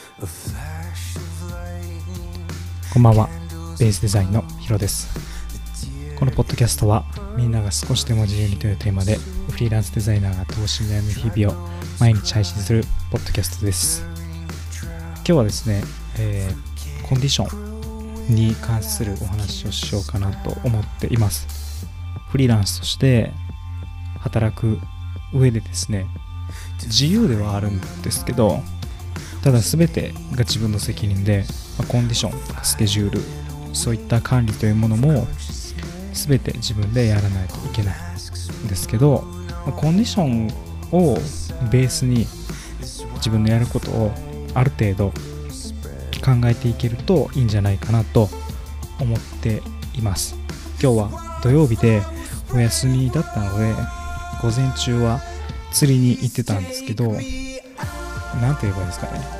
こんばんは、ベースデザインのヒロです。このポッドキャストはみんなが少しでも自由にというテーマでフリーランスデザイナーが投資に悩む日々を毎日配信するポッドキャストです。今日はですね、コンディションに関するお話をしようかなと思っています。フリーランスとして働く上でですね、自由ではあるんですけど、ただ全てが自分の責任で、コンディションとかスケジュール、そういった管理というものも全て自分でやらないといけないんですけど、コンディションをベースに自分のやることをある程度考えていけるといいんじゃないかなと思っています。今日は土曜日でお休みだったので、午前中は釣りに行ってたんですけど、なんて言えばいいですかね、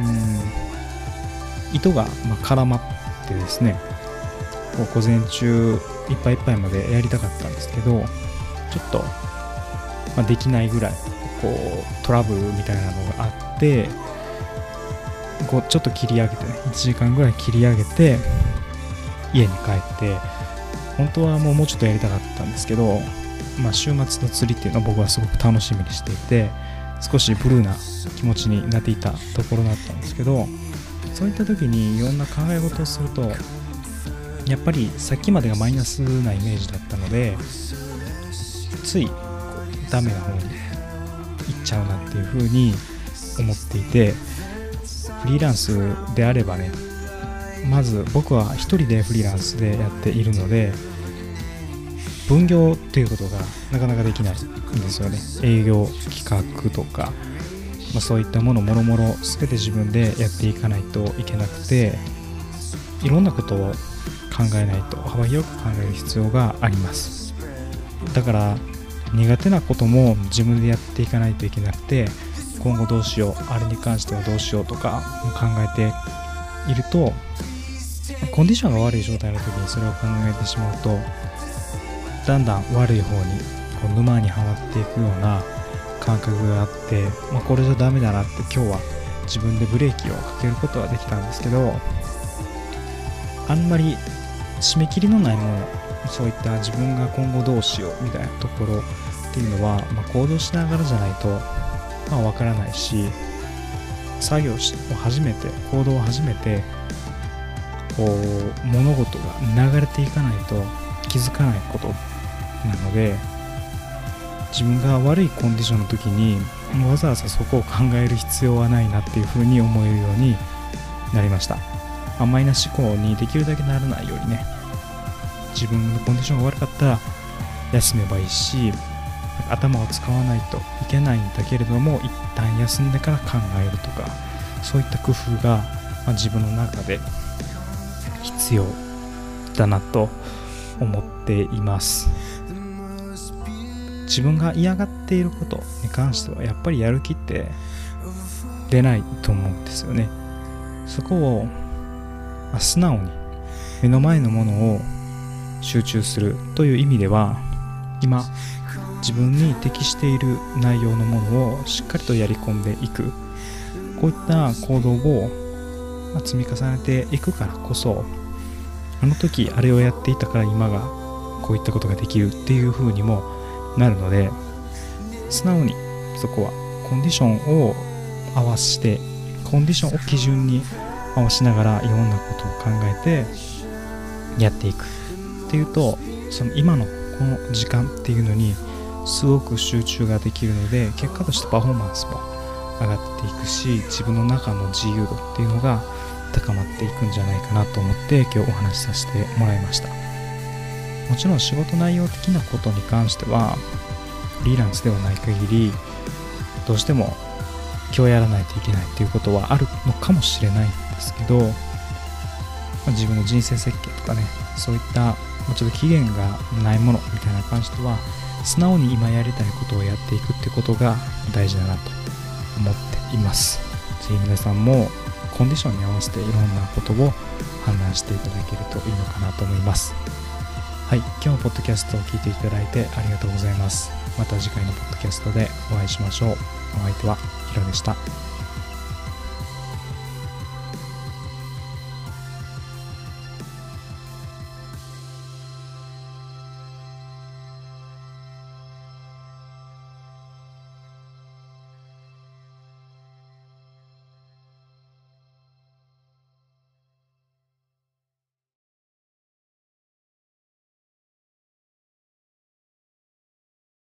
糸が絡まってですね、午前中いっぱいいっぱいまでやりたかったんですけど、ちょっと、できないぐらいトラブルみたいなのがあって、ちょっと切り上げてね、1時間ぐらい切り上げて家に帰って、本当はもうちょっとやりたかったんですけど、週末の釣りっていうのは僕はすごく楽しみにしていて、少しブルーな気持ちになっていたところだったんですけど、そういった時にいろんな考え事をすると、やっぱりさっきまでがマイナスなイメージだったので、ついダメな方に行っちゃうなっていう風に思っていて、フリーランスであればね、まず僕は一人でフリーランスでやっているので、分業っていうことがなかなかできないんですよね。営業、企画とか、そういったものもろもろ全て自分でやっていかないといけなくて、いろんなことを考えないと、幅広く考える必要があります。だから苦手なことも自分でやっていかないといけなくて、今後どうしよう、あれに関してはどうしようとか考えていると、コンディションが悪い状態の時にそれを考えてしまうと、だんだん悪い方に沼にはまっていくような感覚があって、これじゃダメだなって今日は自分でブレーキをかけることはできたんですけど、あんまり締め切りのないもの、そういった自分が今後どうしようみたいなところっていうのは、行動しながらじゃないとわからないし、作業を始めて、行動を始めて、物事が流れていかないと気づかないことなので、自分が悪いコンディションの時にわざわざそこを考える必要はないなっていうふうに思えるようになりました。マイナス思考にできるだけならないようにね、自分のコンディションが悪かったら休めばいいし、頭を使わないといけないんだけれども、一旦休んでから考えるとか、そういった工夫が、自分の中で必要だなと思っています。自分が嫌がっていることに関してはやっぱりやる気って出ないと思うんですよね。そこを素直に目の前のものを集中するという意味では、今自分に適している内容のものをしっかりとやり込んでいく、こういった行動を積み重ねていくからこそ、あの時あれをやっていたから今がこういったことができるっていう風にもなるので、素直にそこはコンディションを合わせて、コンディションを基準に合わせながらいろんなことを考えてやっていくっていうと、その今のこの時間っていうのにすごく集中ができるので、結果としてパフォーマンスも上がっていくし、自分の中の自由度っていうのが高まっていくんじゃないかなと思って今日お話しさせてもらいました。もちろん仕事内容的なことに関してはフリーランスではない限り、どうしても今日やらないといけないっていうことはあるのかもしれないんですけど、自分の人生設計とかね、そういったちょっと期限がないものみたいな感じでは、素直に今やりたいことをやっていくってことが大事だなと思っています。ぜひ皆さんもコンディションに合わせていろんなことを判断していただけるといいのかなと思います。はい、今日もポッドキャストを聞いていただいてありがとうございます。また次回のポッドキャストでお会いしましょう。お相手はヒロでした。